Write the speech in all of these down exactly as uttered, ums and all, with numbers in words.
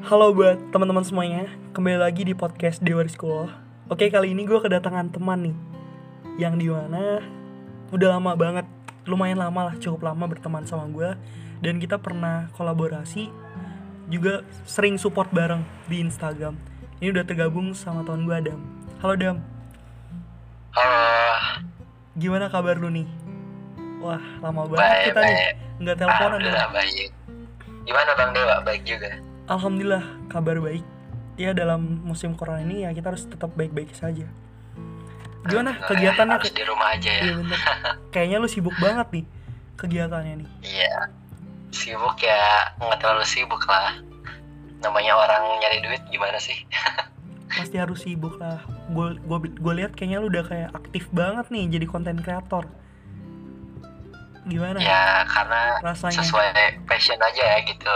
Halo buat teman-teman semuanya, kembali lagi di podcast Dewa Rizko. Oke, kali ini gue kedatangan teman nih, yang dimana udah lama banget, lumayan lama lah, cukup lama berteman sama gue. Dan kita pernah kolaborasi, juga sering support bareng di Instagram. Ini udah tergabung sama teman gue, Adam. Halo Dam. Halo. Gimana kabar lu nih? Wah, lama banget Baik, kita nih, baik. nggak teleponan. Alhamdulillah Dam. baik. Gimana Bang Dewa? Baik juga. Alhamdulillah kabar baik. Ya dalam musim corona ini ya kita harus tetap baik-baik saja. Gimana Bener, kegiatannya? harus di rumah aja ya. Iya bener. Kayaknya lu sibuk banget nih kegiatannya nih. Iya. Sibuk ya, nggak terlalu sibuk lah. Namanya orang nyari duit gimana sih? Pasti harus sibuk lah. Gue gue gue lihat kayaknya lu udah kayak aktif banget nih jadi konten kreator. Gimana? Ya karena rasanya? Sesuai passion aja ya gitu.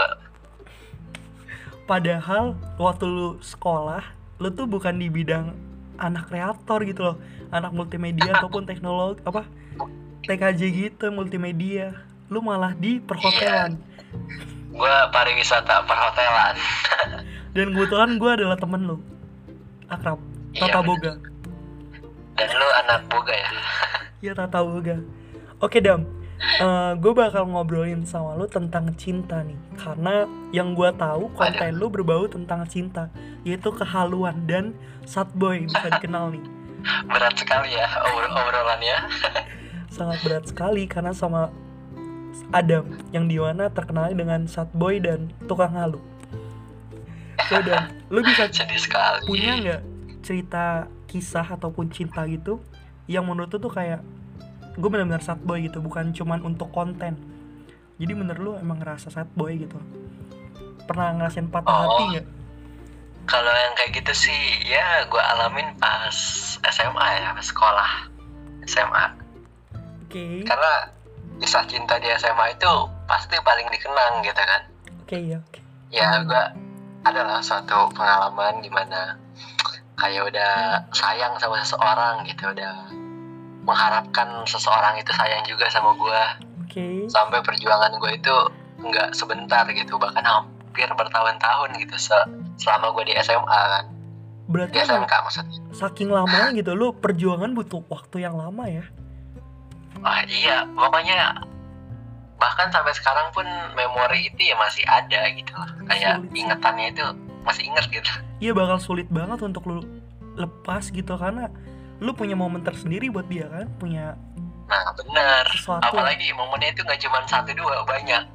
Padahal waktu lu sekolah, lu tuh bukan di bidang anak kreator gitu loh, anak multimedia ataupun teknologi apa T K J gitu, multimedia. Lu malah di perhotelan. Iya. Gue pariwisata perhotelan. Dan kebetulan gue adalah temen lu, akrab, Tata Iya, Boga. Dan lu anak boga ya? Iya, Tata Boga. Oke Dam, uh, gue bakal ngobrolin sama lu tentang cinta nih, karena yang gue tahu konten Aduh. lu berbau tentang cinta, yaitu kehaluan dan sad boy bisa dikenal nih. Berat sekali ya obrol- obrolannya. Sangat berat sekali karena sama Adam yang dimana terkenal dengan sad boy dan tukang halu. So Dam, lu bisa Sedih sekali. punya nggak cerita kisah ataupun cinta gitu yang menurut lu tuh kayak gue benar-benar sad boy gitu, bukan cuman untuk konten. Jadi bener lu emang ngerasa sad boy gitu. Pernah ngerasain patah Oh. hati nggak? Kalau yang kayak gitu sih ya gue alamin pas S M A ya, pas sekolah S M A. Oke, Karena kisah cinta di S M A itu pasti paling dikenang gitu kan. oke ya, oke. Ya gue adalah suatu pengalaman dimana kayak udah sayang sama seseorang gitu, udah mengharapkan seseorang itu sayang juga sama gue. Oke. Sampai perjuangan gue itu nggak sebentar gitu, bahkan hampir bertahun-tahun gitu se- selama gue di S M A kan. Berarti Di S M emang K maksudnya. saking lamanya gitu, lu perjuangan butuh waktu yang lama ya. Wah iya, pokoknya bahkan sampai sekarang pun memori itu ya masih ada gitu loh. Kayak Sulit sih. ingetannya itu masih inget gitu. Iya, bakal sulit banget untuk lu lepas gitu karena lu punya momen tersendiri buat dia kan, punya Nah benar. sesuatu. Apalagi momennya itu nggak cuma satu dua, banyak.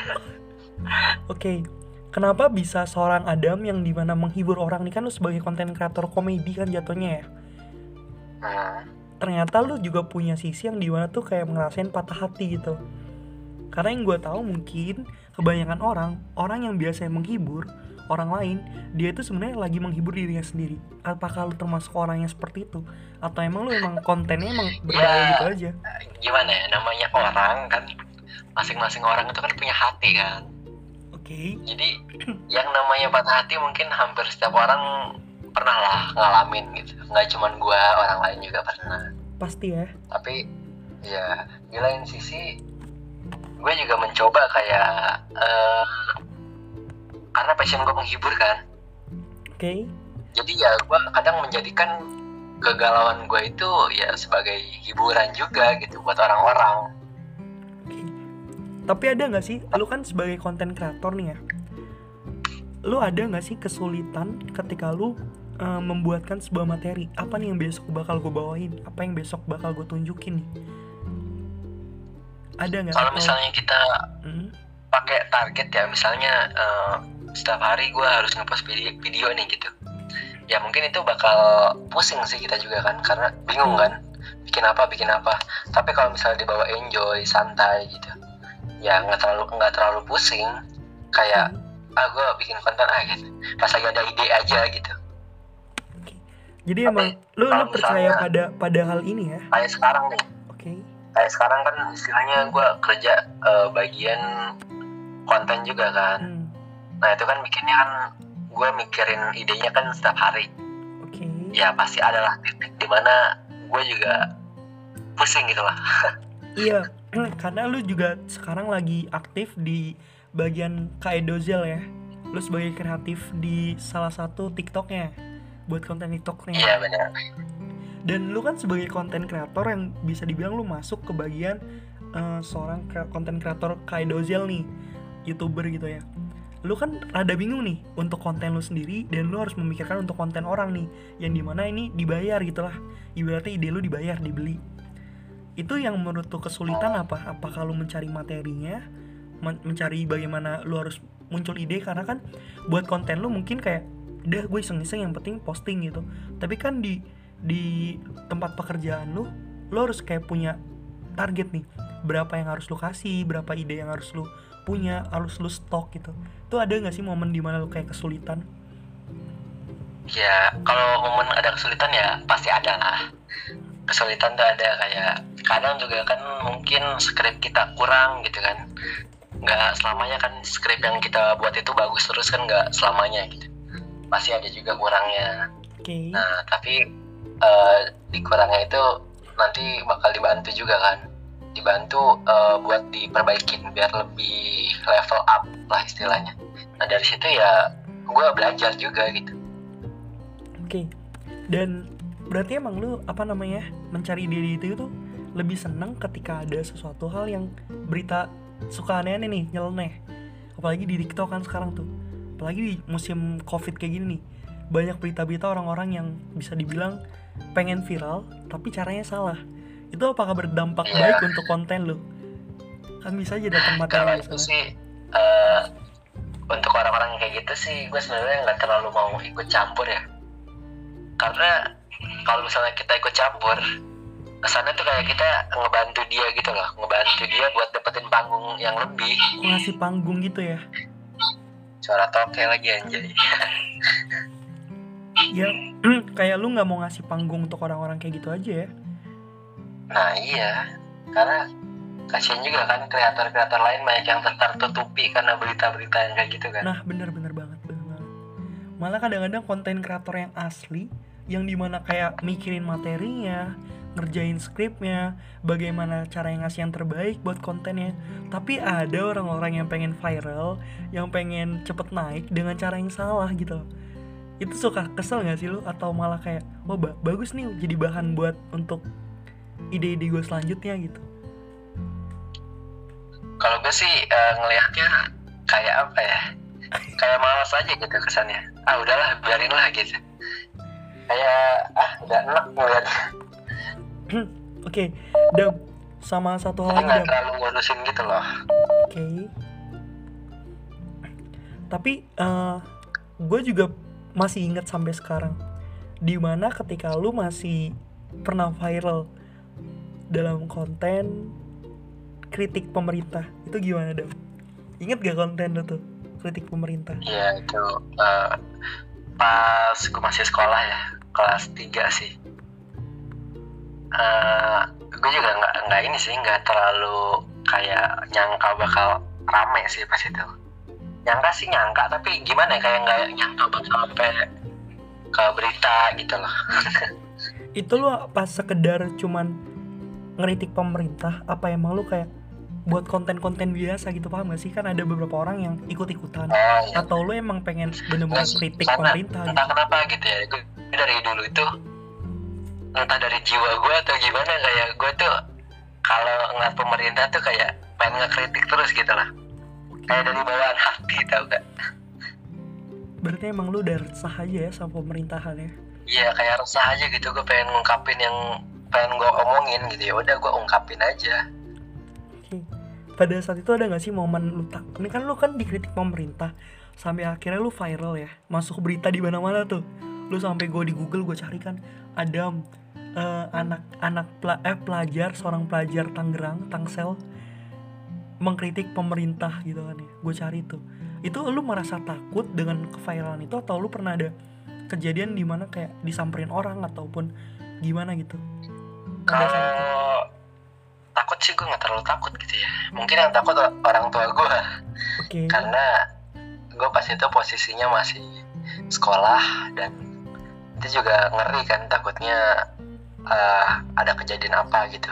Oke, kenapa bisa seorang Adam yang dimana menghibur orang nih, kan lu sebagai konten kreator komedi kan jatuhnya ya. Hmm. Ternyata lu juga punya sisi yang dimana tuh kayak ngerasain patah hati gitu. Karena yang gue tahu mungkin kebanyakan orang, orang yang biasanya menghibur orang lain, dia itu sebenarnya lagi menghibur dirinya sendiri. Apakah lu termasuk orang yang seperti itu? Atau emang lu emang kontennya emang berbeda Ya. gitu aja? Gimana ya, namanya orang kan, masing-masing orang itu kan punya hati kan. Oke, Jadi yang namanya patah hati mungkin hampir setiap orang pernah lah ngalamin gitu. Nggak cuma gue, orang lain juga pernah. pasti ya. Tapi ya di lain sisi gue juga mencoba kayak eh, karena passion gue menghibur kan. Oke, Jadi ya gue kadang menjadikan kegalauan gue itu ya sebagai hiburan juga gitu buat orang-orang. oke. Tapi ada nggak sih, lu kan sebagai konten kreator nih ya, lu ada nggak sih kesulitan ketika lu uh, membuatkan sebuah materi? Apa nih yang besok bakal gue bawain? Apa yang besok bakal gue tunjukin nih? Ada nggak? Kalau Atau- misalnya kita Hmm, pakai target ya, misalnya eh, setiap hari gue harus ngepost video, video nih gitu. Ya mungkin itu bakal pusing sih kita juga kan, karena bingung kan bikin apa bikin apa. Tapi kalau misalnya dibawa enjoy, santai gitu, ya nggak terlalu nggak terlalu pusing. Kayak ah gue bikin konten ah gitu, pas lagi ada ide aja gitu. jadi Tapi emang lu lu kalau percaya misalnya- pada pada hal ini ya? Kayak sekarang nih, Oke, kayak sekarang kan istilahnya gue kerja eh, bagian konten juga kan. hmm, Nah itu kan bikinnya kan gue mikirin idenya kan setiap hari. oke. Ya pasti adalah titik dimana gue juga pusing gitu lah. Iya, karena lu juga sekarang lagi aktif di bagian K E Dozel ya, lu sebagai kreatif di salah satu TikToknya, buat konten TikToknya. Iya benar. Dan lu kan sebagai konten kreator yang bisa dibilang lu masuk ke bagian uh, seorang konten kreator kayak Dozel nih, YouTuber gitu ya. Lu kan rada bingung nih untuk konten lu sendiri, dan lu harus memikirkan untuk konten orang nih, yang dimana ini dibayar gitu lah. Ibaratnya ide lu dibayar, dibeli. Itu yang menurut lu kesulitan apa? Apakah lu mencari materinya, men- mencari bagaimana lu harus muncul ide? Karena kan buat konten lu mungkin kayak udah gue iseng-iseng yang penting posting gitu. Tapi kan di di tempat pekerjaan lu, lu harus kayak punya target nih, berapa yang harus lu kasih, berapa ide yang harus lu punya, harus lu stok gitu. Itu ada nggak sih momen dimana lu kayak kesulitan? Ya kalau momen ada kesulitan ya pasti ada lah. Kesulitan tuh ada, kayak kadang juga kan mungkin skrip kita kurang gitu kan. Nggak selamanya kan skrip yang kita buat itu bagus terus kan, nggak selamanya gitu. Pasti ada juga kurangnya. Oke. Okay. Nah tapi uh, di kurangnya itu nanti bakal dibantu juga kan. Dibantu uh, buat diperbaikin biar lebih level up lah istilahnya. Nah dari situ ya gue belajar juga gitu. Oke. Okay. Dan berarti emang lu apa namanya mencari ide itu tuh lebih seneng ketika ada sesuatu hal yang berita suka aneh-aneh nih, nyeleneh. Apalagi di TikTok kan sekarang tuh. Apalagi di musim Covid kayak gini nih. Banyak berita-berita orang-orang yang bisa dibilang pengen viral tapi caranya salah. Itu apakah berdampak yeah. baik untuk konten lu? Kan bisa aja datang materi. Kalau itu sih uh, untuk orang-orang yang kayak gitu sih gue sebenarnya nggak terlalu mau ikut campur ya. Karena kalau misalnya kita ikut campur, kesannya tuh kayak kita ngebantu dia gitu loh, ngebantu dia buat dapetin panggung yang lebih. Ngasih panggung gitu ya? Suara toke lagi anjay. Ya, kayak lu nggak mau ngasih panggung untuk orang-orang kayak gitu aja ya? Nah iya, karena kasian juga kan kreator-kreator lain banyak yang tertutupi karena berita-berita yang kayak gitu kan. Nah bener-bener banget, bener banget. Malah kadang-kadang konten kreator yang asli, yang dimana kayak mikirin materinya, ngerjain skripnya, bagaimana cara yang ngasih yang terbaik buat kontennya. Tapi ada orang-orang yang pengen viral, yang pengen cepet naik dengan cara yang salah gitu. Itu suka kesel gak sih lu? Atau malah kayak, wah ba- bagus nih jadi bahan buat untuk ide-ide gue selanjutnya gitu. Kalau gue sih uh, ngelihatnya kayak apa ya, kayak malas aja gitu kesannya. Ah udahlah biarin lah gitu. Kayak ah udah enak ngeliatnya. Oke, okay. Dam, sama satu hal lagi Dam. Nggak terlalu ngurusin gitu loh. Oke. Okay. Tapi uh, gue juga masih ingat sampai sekarang, dimana ketika lu masih pernah viral dalam konten kritik pemerintah, itu gimana Dam? Ingat gak konten lu tuh kritik pemerintah? Iya itu uh, pas gue masih sekolah ya, kelas tiga sih. Uh, gue juga nggak nggak ini sih nggak terlalu kayak nyangka bakal rame sih pas itu. Nyangka sih nyangka, tapi gimana ya, kayak nggak nyangka bakal sampai ke berita gitu loh. Itu lu pas sekedar cuman ngeritik pemerintah, apa emang lu kayak buat konten-konten biasa gitu, paham gak sih? Kan ada beberapa orang yang ikut-ikutan. Oh, iya. Atau lu emang pengen bener-bener kritik karena, pemerintah entah gitu? kenapa gitu ya, gue dari dulu itu entah dari jiwa gue atau gimana, kayak gue tuh kalau ngeliat pemerintah tuh kayak pengen ngekritik terus gitu lah. Kayak dari bawaan hati, tau gak? Berarti emang lu udah resah aja ya sama pemerintahan ya? Iya, kayak resah aja gitu, gue pengen ngungkapin yang pengen gue omongin gitu, ya udah gue ungkapin aja. Oke. Pada saat itu ada gak sih momen lu tak, ini kan lu kan dikritik pemerintah sampai akhirnya lu viral ya, masuk berita di mana-mana tuh. Lu sampai gue di Google gue cari kan, Adam uh, anak anak pela, eh, pelajar seorang pelajar Tangerang, Tangsel mengkritik pemerintah gitu kan ya. Gue cari tuh. Itu lu merasa takut dengan keviralan itu, atau lu pernah ada kejadian di mana kayak disamperin orang ataupun gimana gitu? Kalau takut sih gue nggak terlalu takut gitu ya. Mungkin yang takut orang tua gue. Okay. Karena gue pas itu posisinya masih sekolah, dan itu juga ngeri kan, takutnya uh, ada kejadian apa gitu.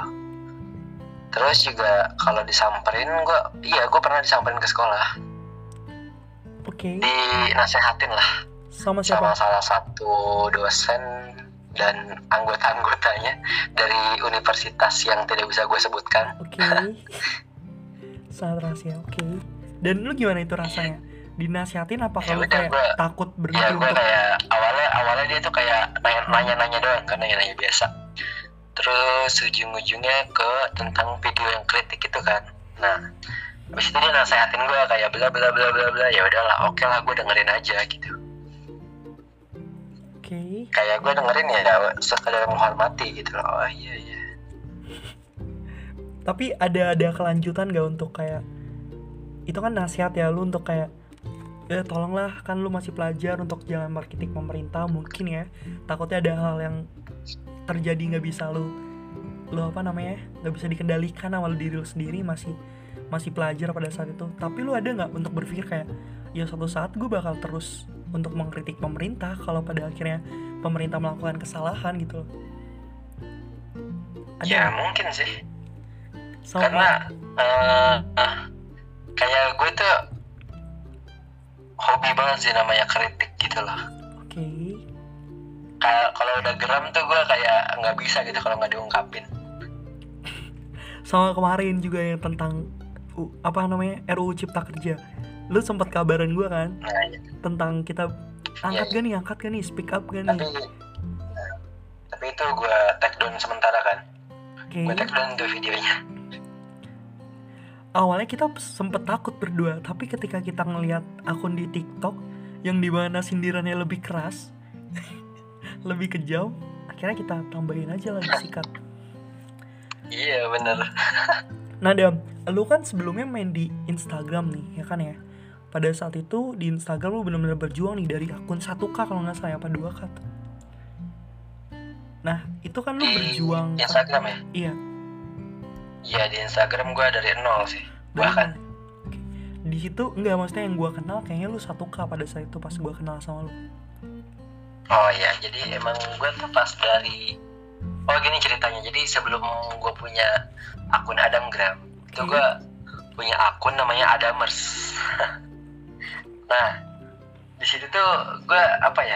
Terus juga kalau disamperin, gue iya gue pernah disamperin ke sekolah. Oke. Dinasehatin lah Sama sama siapa? salah satu dosen dan anggota-anggotanya dari universitas yang tidak bisa gue sebutkan. Oke. Sangat rahasia. Oke. Dan lu gimana itu rasanya? Dinasihatin apa Ya kalau udah, kayak gua- takut berhenti Ya gue untuk kayak awalnya awalnya dia tuh kayak nanya- nanya-nanya doang kan, nanya-nanya biasa. Terus ujung-ujungnya ke tentang video yang kritik itu kan. Nah, habis itu dia nasehatin gue kayak bla bla bla bla bla. Ya udahlah, oke lah, gue dengerin aja gitu. Oke. Kayak gue dengerin ya sekadar menghormati gitu loh. Oh iya iya. Tapi ada ada kelanjutan gak untuk kayak itu kan nasihat ya lu untuk kayak eh tolonglah kan lu masih pelajar untuk jangan mengkritik pemerintah mungkin ya, takutnya ada hal yang terjadi nggak bisa lu lu apa namanya nggak bisa dikendalikan sama lu diri lu sendiri, masih masih pelajar pada saat itu. Tapi lu ada nggak untuk berpikir kayak ya suatu saat gue bakal terus untuk mengkritik pemerintah kalau pada akhirnya pemerintah melakukan kesalahan gitu loh? Ada Ya nggak? mungkin sih. Sama- Karena eh, eh, kayak gue tuh hobi banget sih namanya kritik gitu loh. Oke. Kayak kalau udah geram tuh gue kayak nggak bisa gitu kalau nggak diungkapin. Sama kemarin juga yang tentang uh, apa namanya R U U Cipta Kerja, lu sempat kabaran gue kan Nah, ya. tentang kita angkat Iya, gak nih angkat gak nih speak up gak tapi nih. nah, tapi itu gue take down sementara kan. Oke. Gue take down tuh videonya. Awalnya kita sempet takut berdua, tapi ketika kita ngelihat akun di TikTok yang dimana sindirannya lebih keras lebih kejam, akhirnya kita tambahin aja lagi sikat. Iya bener. Nah Dam, lu kan sebelumnya main di Instagram nih, ya kan ya? Pada saat itu di Instagram lu benar-benar berjuang nih dari akun satu K kalau nggak salah, apa dua K tuh. Nah, itu kan lu Di berjuang. Instagram ya? Iya, Iya di Instagram gue dari nol sih. dari Bahkan mana? Oke. Di situ enggak, maksudnya yang gua kenal kayaknya lu satu K pada saat itu pas gua kenal sama lu. oh iya, jadi emang gue tuh pas dari oh gini ceritanya. Jadi sebelum gue punya akun Adamgram, itu Oke. gue punya akun namanya Adamers. Nah, di situ tuh gue apa ya?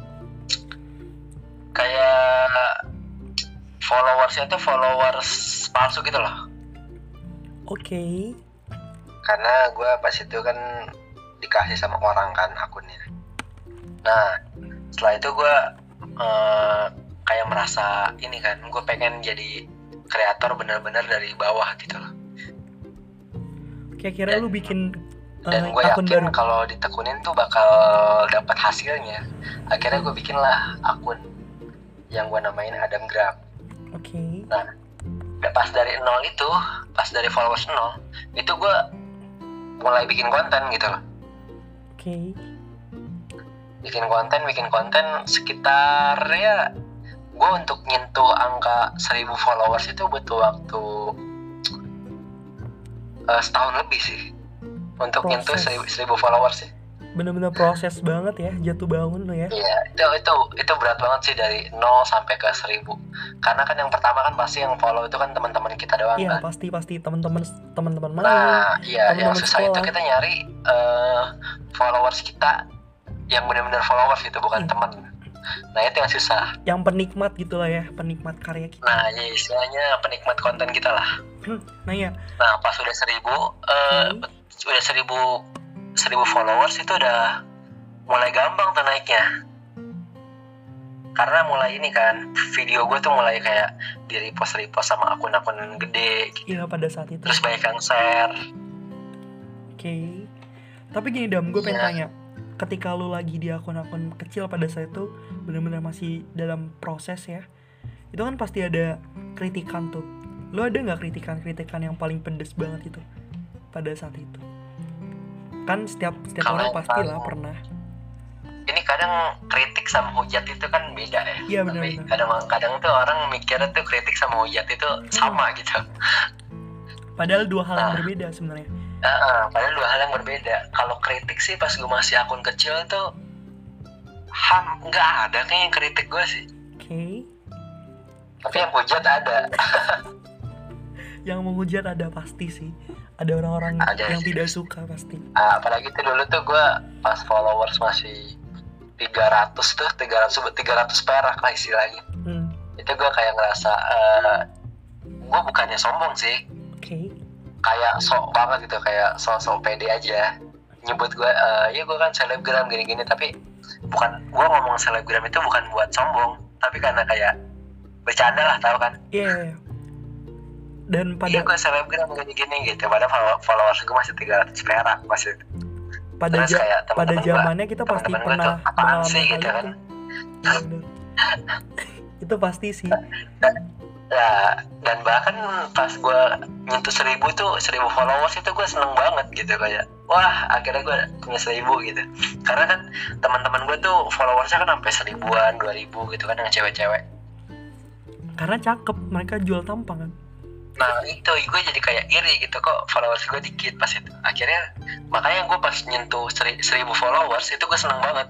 Kayak followersnya tuh followers palsu gitu loh. Oke. Karena gue pas itu kan dikasih sama orang kan akunnya. Nah, setelah itu gue eh, kayak merasa ini kan, gue pengen jadi kreator benar-benar dari bawah gitu loh. Kira-kira Dan- lu bikin uh, Dan gue akun yakin baru. kalau ditekunin tuh bakal dapat hasilnya. Akhirnya gue bikin lah akun yang gue namain Adamgram. Oke. Nah, udah pas dari nol itu, pas dari followers nol, itu gue mulai bikin konten gitu loh. Oke. Bikin konten, bikin konten sekitar ya, gue untuk nyentuh angka seribu followers itu butuh waktu eh, setahun lebih sih. Untuk Proses. nyentuh seribu, seribu followers sih. Bener-bener proses banget ya, jatuh bangun lu ya. Iya, itu itu itu berat banget sih dari nol sampai ke seribu. Karena kan yang pertama kan pasti yang follow itu kan teman-teman kita doang Iya, kan. pasti pasti teman-teman teman-teman main. Nah, iya, yang teman-teman susah itu sekolah. kita nyari eh, followers kita yang benar-benar followers gitu, bukan Iya. teman. Nah, itu yang susah. Yang penikmat gitu lah ya, penikmat karya kita. Nah, ya istilahnya penikmat konten kita lah. Nah ya, Nah, pas udah seribu, eh, Oke. udah seribu, seribu followers itu udah mulai gampang tuh naiknya. Karena mulai ini kan, video gue tuh mulai kayak di repost repost sama akun-akun gede gitu. iya pada saat itu. Terus banyak yang share. Oke. Tapi gini Dam, gue pengen Iya. tanya, ketika lu lagi di akun-akun kecil pada saat itu benar-benar masih dalam proses ya, itu kan pasti ada kritikan tuh. Lu ada nggak kritikan-kritikan yang paling pedes banget itu pada saat itu? Kan setiap setiap Kalau orang yang pastilah paling- pernah. Ini kadang kritik sama hujat itu kan beda ya. Iya, Tapi benar-benar. kadang-kadang tuh orang mikirnya tuh kritik sama hujat itu sama gitu. Padahal dua hal yang Nah. berbeda sebenarnya. Heeh, padahal dua hal yang berbeda. Kalau kritik sih pas gue masih akun kecil tuh ham nggak ada kayaknya yang kritik gue sih. Oke. Tapi yang hujat ada. Yang menghujat ada pasti sih. Ada orang-orang Ada yang sih. tidak suka pasti. Ah, apalagi tuh dulu tuh gue pas followers masih tiga ratus tuh, tiga ratus tiga ratus perak lah istilahnya. Hmm. Itu gue kayak ngerasa uh, gue bukannya sombong sih, Oke. Okay. kayak sok banget gitu, kayak sok-sok pede aja nyebut gue, uh, ya gue kan selebgram gini-gini, tapi bukan, gue ngomong selebgram itu bukan buat sombong, tapi karena kayak bercanda lah, tahu kan? Iya. Yeah, yeah. Dan pada iya gue selebgram gini-gini gitu, padahal followers gue masih tiga ratus perak masih. pada Terus ja- kayak pada teman-teman zamannya gua- kita pasti teman-teman gua pernah tuh, apaan mengalami sih hal gitu itu. kan. Iya, bener. Itu pasti sih. Nah, dan bahkan pas gue nyentuh seribu tuh, seribu followers itu gue seneng banget gitu, kayak wah akhirnya gue punya seribu gitu. Karena kan teman-teman gue tuh followersnya kan sampai seribuan, dua ribu gitu kan, yang cewek-cewek. Karena cakep, mereka jual tampang kan. Nah itu gue jadi kayak iri gitu, kok followers gue dikit pas itu. Akhirnya makanya gue pas nyentuh seri, seribu followers itu gue seneng banget.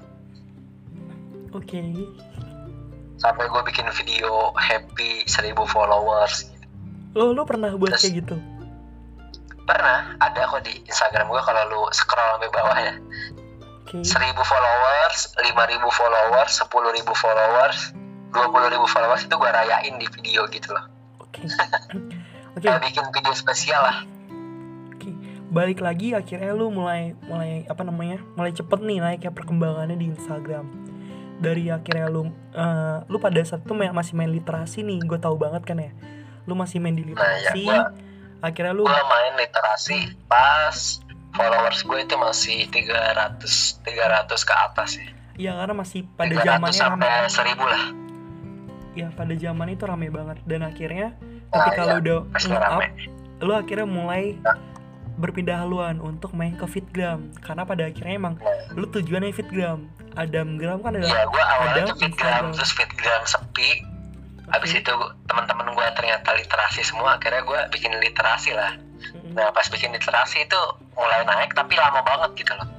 Oke. Okay. Sampai gue bikin video happy seribu followers gitu. Lo lo pernah buat Terus, kayak gitu? Pernah, ada kok di Instagram gue kalau lu scroll sampai bawah ya. Oke. Okay. seribu followers, lima ribu followers, sepuluh ribu followers, dua puluh ribu followers itu gue rayain di video gitu loh. Oke. Oke. Kayak bikin video spesial lah. Oke. Okay. Balik lagi akhirnya lu mulai mulai apa namanya? Mulai cepet nih naik ya perkembangannya di Instagram. Dari akhirnya lu uh, lu pada saat itu masih main literasi nih, gue tahu banget kan ya. Lu masih main di literasi. Nah, ya, gua, akhirnya lu gue main literasi pas followers gue itu masih tiga ratus ke atas ya. Iya, karena masih pada tiga ratus zamannya sampai ramai. seribu lah. Ya, pada zaman itu rame banget. Dan akhirnya Nah, ketika ya, lu udah pasti nge-up, rame. lu akhirnya mulai Nah. berpindah haluan untuk main ke Fitgram. Karena pada akhirnya emang Nah. lu tujuannya Fitgram. Adamgram kan adalah Iya, gue awalnya Adam tuh Fitgram, Instagram. terus Fitgram sepi. Oke. Habis itu teman-teman gue ternyata literasi semua, akhirnya gue bikin literasi lah. Mm-mm. Nah pas bikin literasi itu mulai naik tapi lama banget gitu loh.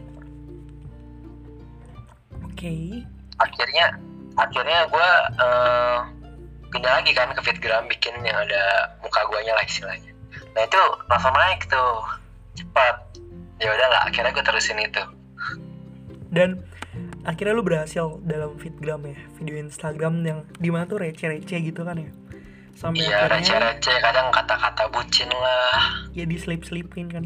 Oke. Okay. Akhirnya akhirnya gue uh, pindah lagi kan ke Fitgram, bikin yang ada muka guanya lah istilahnya. Nah itu langsung naik tuh cepat. Ya udahlah, akhirnya gue terusin itu. Dan akhirnya lu berhasil dalam Fitgram ya, video Instagram yang dimana tuh receh-receh gitu kan ya. Sampai Iya, akhirnya receh-receh, kadang kata-kata bucin lah. ya diselip-selipin kan.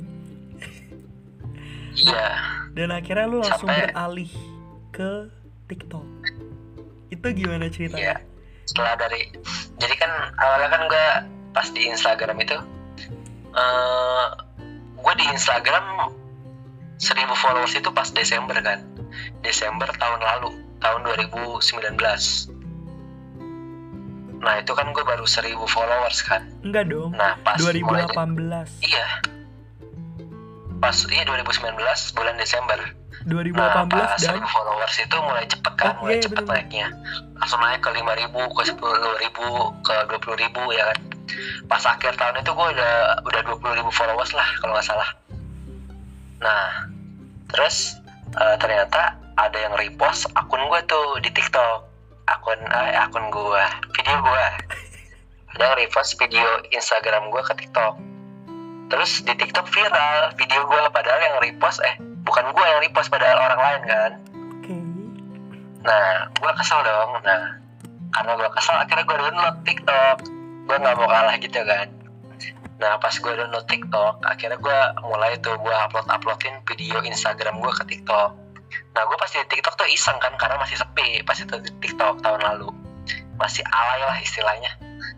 Iya. Dan akhirnya lu langsung Sampai- beralih ke TikTok. Itu gimana ceritanya? Iya. Setelah dari, jadi kan awalnya kan gue pas di Instagram itu, uh, gue di Instagram seribu followers itu pas Desember kan, Desember tahun lalu, tahun dua ribu sembilan belas. Nah itu kan gue baru seribu followers kan. Enggak dong. Nah pas dua ribu mulai, delapan belas. iya, pas iya dua ribu sembilan belas bulan Desember. dua ribu Nah delapan belas pas dan seribu followers itu mulai cepet kan, Oh, mulai iya, iya, cepet bener. naiknya, langsung naik ke lima ribu, ke sepuluh ribu, ke dua puluh ribu ya kan. Pas akhir tahun itu gue udah udah dua puluh ribu followers lah kalau nggak salah. Nah terus uh, ternyata ada yang repost akun gue tuh di TikTok, akun eh, akun gue, video gue. Ada yang repost video Instagram gue ke TikTok. Terus di TikTok viral video gue, padahal yang repost eh bukan gue yang repost, padahal orang lain kan. oke. Nah gue kesel dong. Nah karena gue kesel akhirnya gue download TikTok. Gue nggak mau kalah gitu kan. Nah pas gue download TikTok, akhirnya gue mulai tuh gue upload-uploadin video Instagram gue ke TikTok. Nah gue pasti di TikTok tuh iseng kan, karena masih sepi pas itu di TikTok tahun lalu. Masih alay lah istilahnya.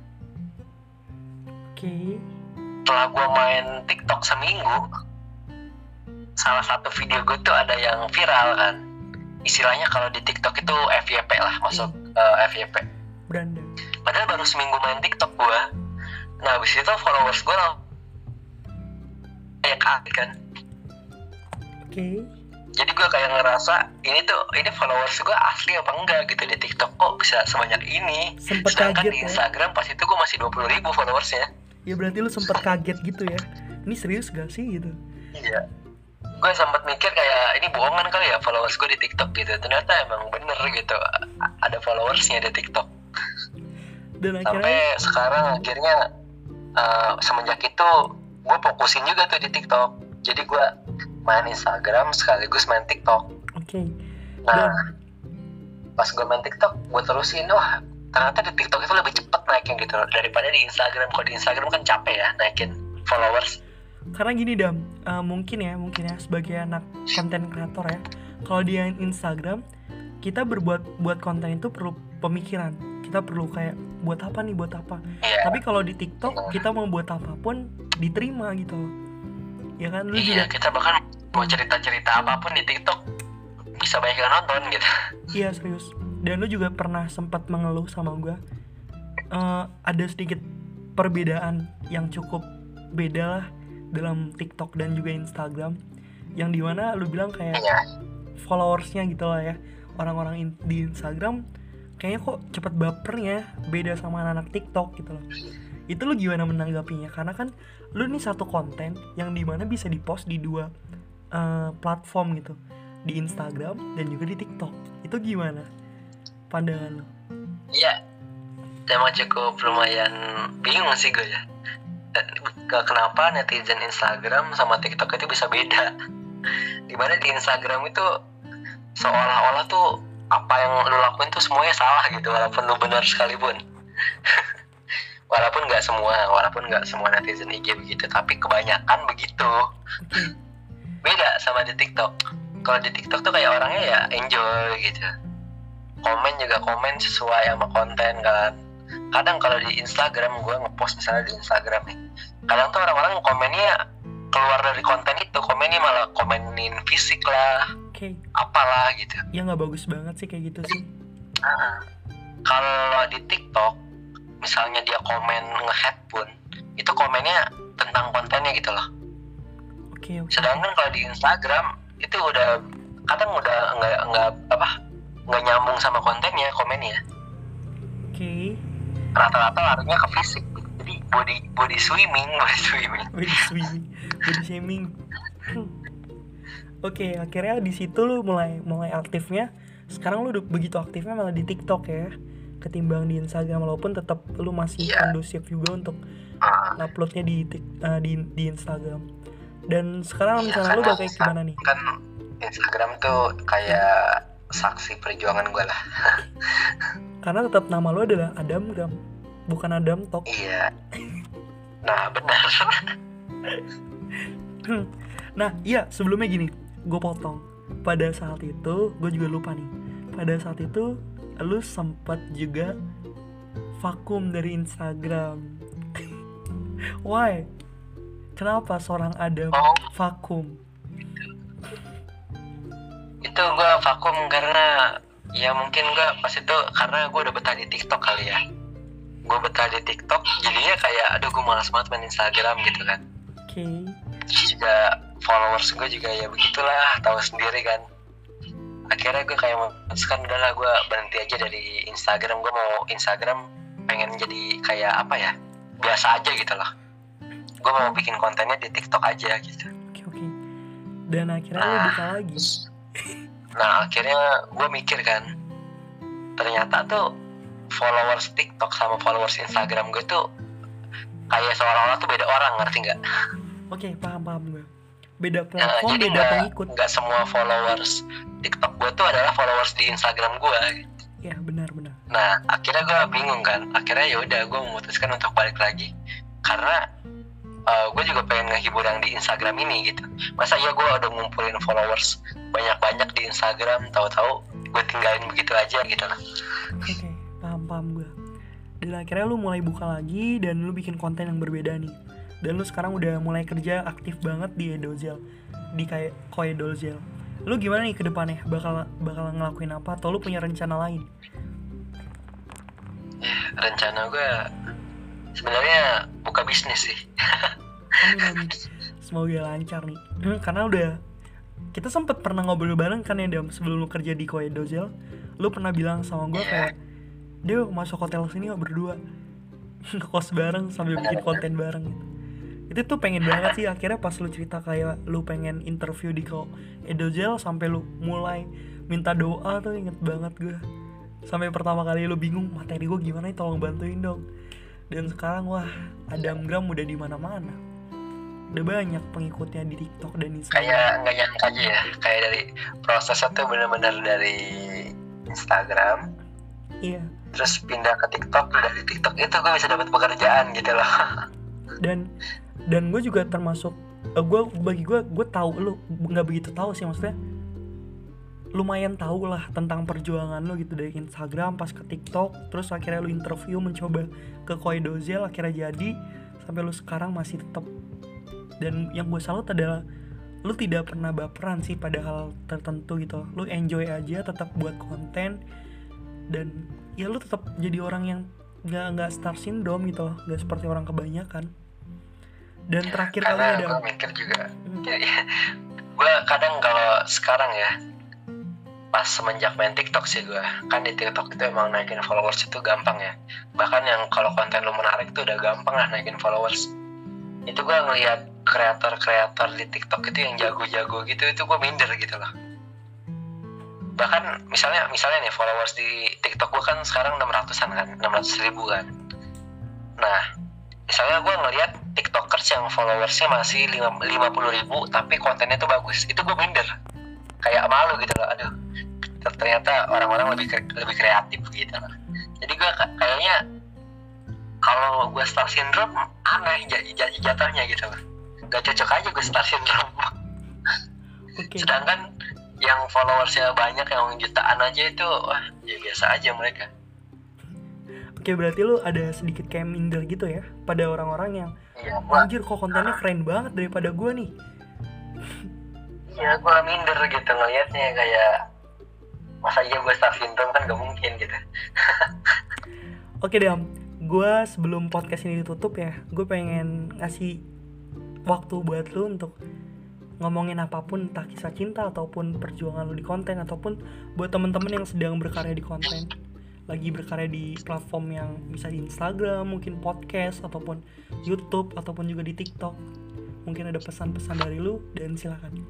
Oke. Setelah gue main TikTok seminggu, salah satu video gue tuh ada yang viral kan. Istilahnya kalau di TikTok itu F Y P lah, masuk uh, F Y P. Beranda. Padahal baru seminggu main TikTok gue. Nah abis itu followers gue langsung kayak kaget kan. Oke. Jadi gue kayak ngerasa ini tuh, ini followers gue asli apa enggak gitu di TikTok, kok bisa sebanyak ini. Sempet Sedangkan kaget di ya. Instagram pas itu gue masih dua puluh ribu followersnya. Ya berarti lu sempet kaget gitu ya. Ini serius gak sih gitu? Iya. Gue sempat mikir kayak ini bohongan kali ya followers gue di TikTok gitu. Ternyata emang bener gitu, ada followersnya di TikTok. Dan Sampai akhirnya sekarang akhirnya uh, semenjak itu gue fokusin juga tuh di TikTok. Jadi gue main Instagram sekaligus main TikTok. Oke. Okay. Nah, Dan... pas gue main TikTok, gue terusin, wah ternyata di TikTok itu lebih cepet naikin gitu loh daripada di Instagram. Kalau di Instagram kan capek ya naikin followers. Karena gini Dam, uh, mungkin ya, mungkin ya sebagai anak konten kreator ya, kalau di Instagram kita berbuat buat konten itu perlu pemikiran. Kita perlu kayak buat apa nih, buat apa. Yeah. Tapi kalau di TikTok kita mau buat apapun diterima gitu loh. Ya kan lu iya, juga. Kita bahkan mau cerita-cerita apapun di TikTok bisa banyak yang nonton gitu. Iya serius. Dan lu juga pernah sempat mengeluh sama gue, uh, ada sedikit perbedaan yang cukup beda lah dalam TikTok dan juga Instagram, yang dimana lu bilang kayak yeah. followersnya gitu lah ya, orang-orang in- di Instagram kayaknya kok cepet bapernya beda sama anak-anak TikTok gitu loh. Itu lu gimana menanggapinya? Karena kan lu nih satu konten yang dimana bisa dipost di dua uh, platform gitu, di Instagram dan juga di TikTok. Itu gimana pandangan lo? Iya, emang cukup lumayan bingung sih gue ya. Kenapa netizen Instagram sama TikTok itu bisa beda? Dimana di Instagram itu seolah-olah tuh apa yang lu lakuin tuh semuanya salah gitu, walaupun lu benar sekalipun. Walaupun nggak semua, walaupun nggak semua netizen I G begitu, tapi kebanyakan begitu. Beda sama di TikTok. Kalau di TikTok tuh kayak orangnya ya enjoy gitu. Komen juga komen sesuai sama konten kan. Kadang kalau di Instagram, gue ngepost misalnya di Instagram nih, kadang tuh orang-orang komennya keluar dari konten itu, komennya malah komenin fisik lah, okay. apalah gitu. Ya nggak bagus banget sih kayak gitu sih. Nah, kalau di TikTok, misalnya dia komen nge-head pun, itu komennya tentang kontennya gitu loh. Oke. Okay, okay. Sedangkan kalau di Instagram itu udah kadang udah nggak nggak apa nggak nyambung sama kontennya komennya. Oke. Okay. Rata-rata larinya ke fisik, jadi body body swimming, body swimming. Body swimming, body shaming. Oke, okay, akhirnya di situ lu mulai mulai aktifnya. Sekarang lu udah begitu aktifnya malah di TikTok ya, ketimbang di Instagram, walaupun tetap lu masih yeah. kondusif juga untuk uh, uploadnya di, uh, di di Instagram. Dan sekarang yeah, misalnya lu bakal kayak gimana nih? Kan Instagram tuh kayak saksi perjuangan gue lah. Karena tetap nama lu adalah Adamgram, bukan Adam Talk. Iya. Nah benar. Nah iya, sebelumnya gini, gue potong. Pada saat itu, gue juga lupa nih, pada saat itu lu sempat juga vakum dari Instagram. Why? Kenapa seorang Adam oh. vakum? Itu gue vakum karena ya mungkin gue pas itu karena gue udah betah di TikTok kali ya. Gue betah di TikTok, jadinya kayak aduh gue malas banget main Instagram gitu kan. Oke. Okay. Terus juga followers gue juga ya begitulah, tahu sendiri kan. Akhirnya gue kayak memutuskan udahlah gue berhenti aja dari Instagram. Gue mau Instagram pengen jadi kayak apa ya, biasa aja gitu loh. Gue mau bikin kontennya di TikTok aja gitu. Oke okay, oke. Okay. Dan akhirnya nah, lo buka lagi. Nah akhirnya gue mikir kan, ternyata tuh followers TikTok sama followers Instagram gue tuh kayak seolah-olah tuh beda orang, ngerti nggak? Oke okay, paham paham gue. Beda platform, nah, jadi beda gak, pengikut. Nggak semua followers TikTok gue tuh adalah followers di Instagram gue. Ya benar benar. Nah akhirnya gue bingung kan. Akhirnya ya udah gue memutuskan untuk balik lagi karena uh, gue juga pengen ngehibur yang di Instagram ini gitu. Masa ya gue udah ngumpulin followers banyak-banyak di Instagram, tahu-tahu gue tinggalin begitu aja gitu lah. Oke okay, paham paham gue. Dan akhirnya lu mulai buka lagi dan lu bikin konten yang berbeda nih. Dan lu sekarang udah mulai kerja aktif banget di Edozel, di kayak Koe Dozel. Lu gimana nih ke depannya? Bakal bakal ngelakuin apa atau lu punya rencana lain? Ya, rencana gue sebenarnya buka bisnis sih. Amin amin. Semoga lancar nih. Hmm, karena udah kita sempat pernah ngobrol bareng kan ya Dam, sebelum lu kerja di Koe Dozel. Lu pernah bilang sama gue yeah. kayak, "Dew, masuk hotel sini yuk berdua." Ngekos bareng sambil bikin konten bareng gitu. Itu tuh pengen banget sih akhirnya pas lu cerita kayak lu pengen interview di Koe Dozel sampai lu mulai minta doa tuh, inget banget gue. Sampai pertama kali lu bingung materi gue gimana nih, tolong bantuin dong. Dan sekarang wah, Adamgram udah di mana-mana. Udah banyak pengikutnya di TikTok dan Instagram. Kayak nggak nyangka aja ya, kayak dari prosesnya tuh benar-benar dari Instagram, Iya. terus pindah ke TikTok, dari TikTok itu gue bisa dapat pekerjaan gitu loh. Dan dan gue juga termasuk, uh, gue bagi gue gue tahu lu nggak begitu tahu sih, maksudnya lumayan tahu lah tentang perjuangan lu gitu dari Instagram pas ke TikTok, terus akhirnya lu interview mencoba ke Koi Dozel, akhirnya jadi sampai lu sekarang masih tetap. Dan yang gue salut adalah lu tidak pernah baperan sih pada hal tertentu gitu. Lu enjoy aja, tetap buat konten, dan ya lu tetap jadi orang yang nggak nggak star syndrome gitu, nggak seperti orang kebanyakan. Dan terakhir kali Karena ada gue mikir juga, hmm. jadi gue kadang kalau sekarang ya, pas semenjak main TikTok sih gue, kan di TikTok itu emang naikin followers itu gampang ya. Bahkan yang kalau konten lu menarik tuh udah gampang lah naikin followers. Itu gue ngelihat kreator-kreator di TikTok itu yang jago-jago gitu, itu gue minder gitu loh. Bahkan misalnya misalnya nih followers di TikTok gue kan sekarang enam ratusan kan, enam ratus ribu kan. Nah, misalnya gue ngelihat TikTokers yang followersnya masih lima puluh ribu tapi kontennya tuh bagus, itu gue minder, kayak malu gitu loh. Aduh, ternyata orang-orang lebih lebih kreatif gitu loh. Jadi gue kayaknya kalau gue star syndrome aneh j- jatuhnya gitu loh, gak cocok aja gue star syndrome. Okay. Sedangkan yang followersnya banyak, yang jutaan aja itu wah ya biasa aja mereka. Oke, berarti lu ada sedikit kayak minder gitu ya pada orang-orang yang Iya, gua, anjir kok kontennya keren banget daripada gue nih. Iya, gue minder gitu ngelihatnya, kayak masa iya gue star syndrome, kan gak mungkin gitu. Oke Dam, gue sebelum podcast ini ditutup ya, gue pengen ngasih waktu buat lu untuk ngomongin apapun, entah kisah cinta ataupun perjuangan lu di konten, ataupun buat temen-temen yang sedang berkarya di konten, lagi berkarya di platform yang bisa di Instagram, mungkin podcast, ataupun YouTube, ataupun juga di TikTok. Mungkin ada pesan-pesan dari lu, dan silakan.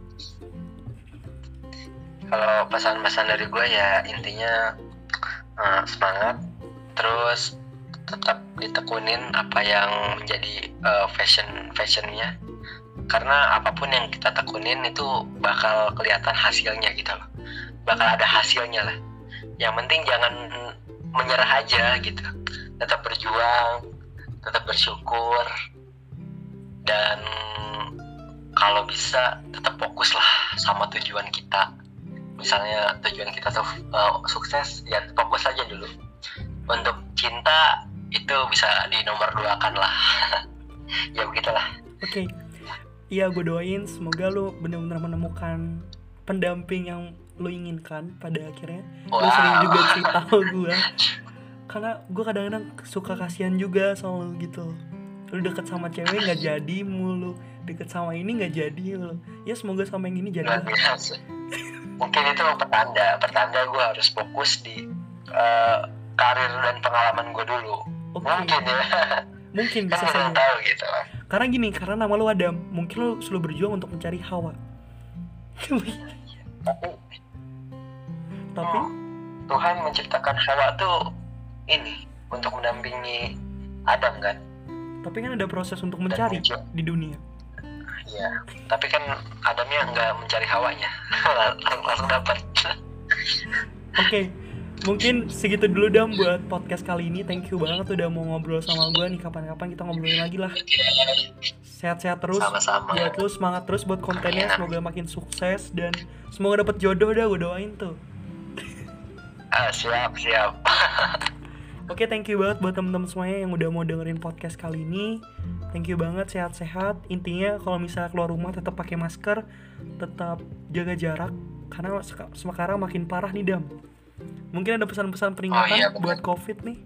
Kalau pesan-pesan dari gue ya intinya uh, semangat, terus tetap ditekunin apa yang menjadi uh, fashion fashionnya, karena apapun yang kita tekunin itu bakal kelihatan hasilnya gitu loh, bakal ada hasilnya lah. Yang penting jangan menyerah aja gitu, tetap berjuang, tetap bersyukur, dan kalau bisa tetap fokus lah sama tujuan kita. Misalnya tujuan kita tuh uh, sukses, ya fokus aja dulu. Untuk cinta itu bisa dinomor duakan lah. Ya begitulah. Oke, okay. Iya, gue doain semoga lu benar-benar menemukan pendamping yang lu inginkan pada akhirnya. Wow. Lu sering juga cerita sama gue, karena gue kadang-kadang suka kasihan juga sama lu gitu. Lu deket sama cewek nggak jadi mulu, deket sama ini nggak jadi lu. Ya semoga sama yang ini jadi. Mungkin itu pertanda, pertanda gue harus fokus di uh, karir dan pengalaman gue dulu. Okay. Mungkin ya. Mungkin bisa kan saja. Tahu gitu. Karena gini, karena nama lu Adam, mungkin lu selalu berjuang untuk mencari Hawa. Tapi, Tapi Tuhan menciptakan Hawa tuh ini untuk mendampingi Adam kan. Tapi kan ada proses untuk mencari di dunia. Iya, tapi kan Adamnya nggak mencari Hawanya, langsung, langsung dapat. Oke, okay. Mungkin segitu dulu Dam buat podcast kali ini. Thank you banget udah mau ngobrol sama gue nih. Kapan-kapan kita ngobrolin lagi lah. Sehat-sehat terus. Sama-sama. Buat lu semangat terus buat kontennya. Semoga makin sukses dan semoga dapet jodoh dah, gue doain tuh. Ah, siap siap. Oke, okay, thank you banget buat temen-temen semuanya yang udah mau dengerin podcast kali ini. Thank you banget, sehat-sehat. Intinya kalau misalnya keluar rumah tetap pakai masker, tetap jaga jarak karena sekarang makin parah nih Dam. Mungkin ada pesan-pesan peringatan oh, iya, buat COVID nih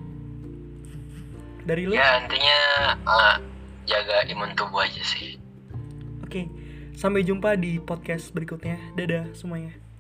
dari lu? Ya intinya uh, jaga imun tubuh aja sih. Oke, okay. Sampai jumpa di podcast berikutnya. Dadah semuanya.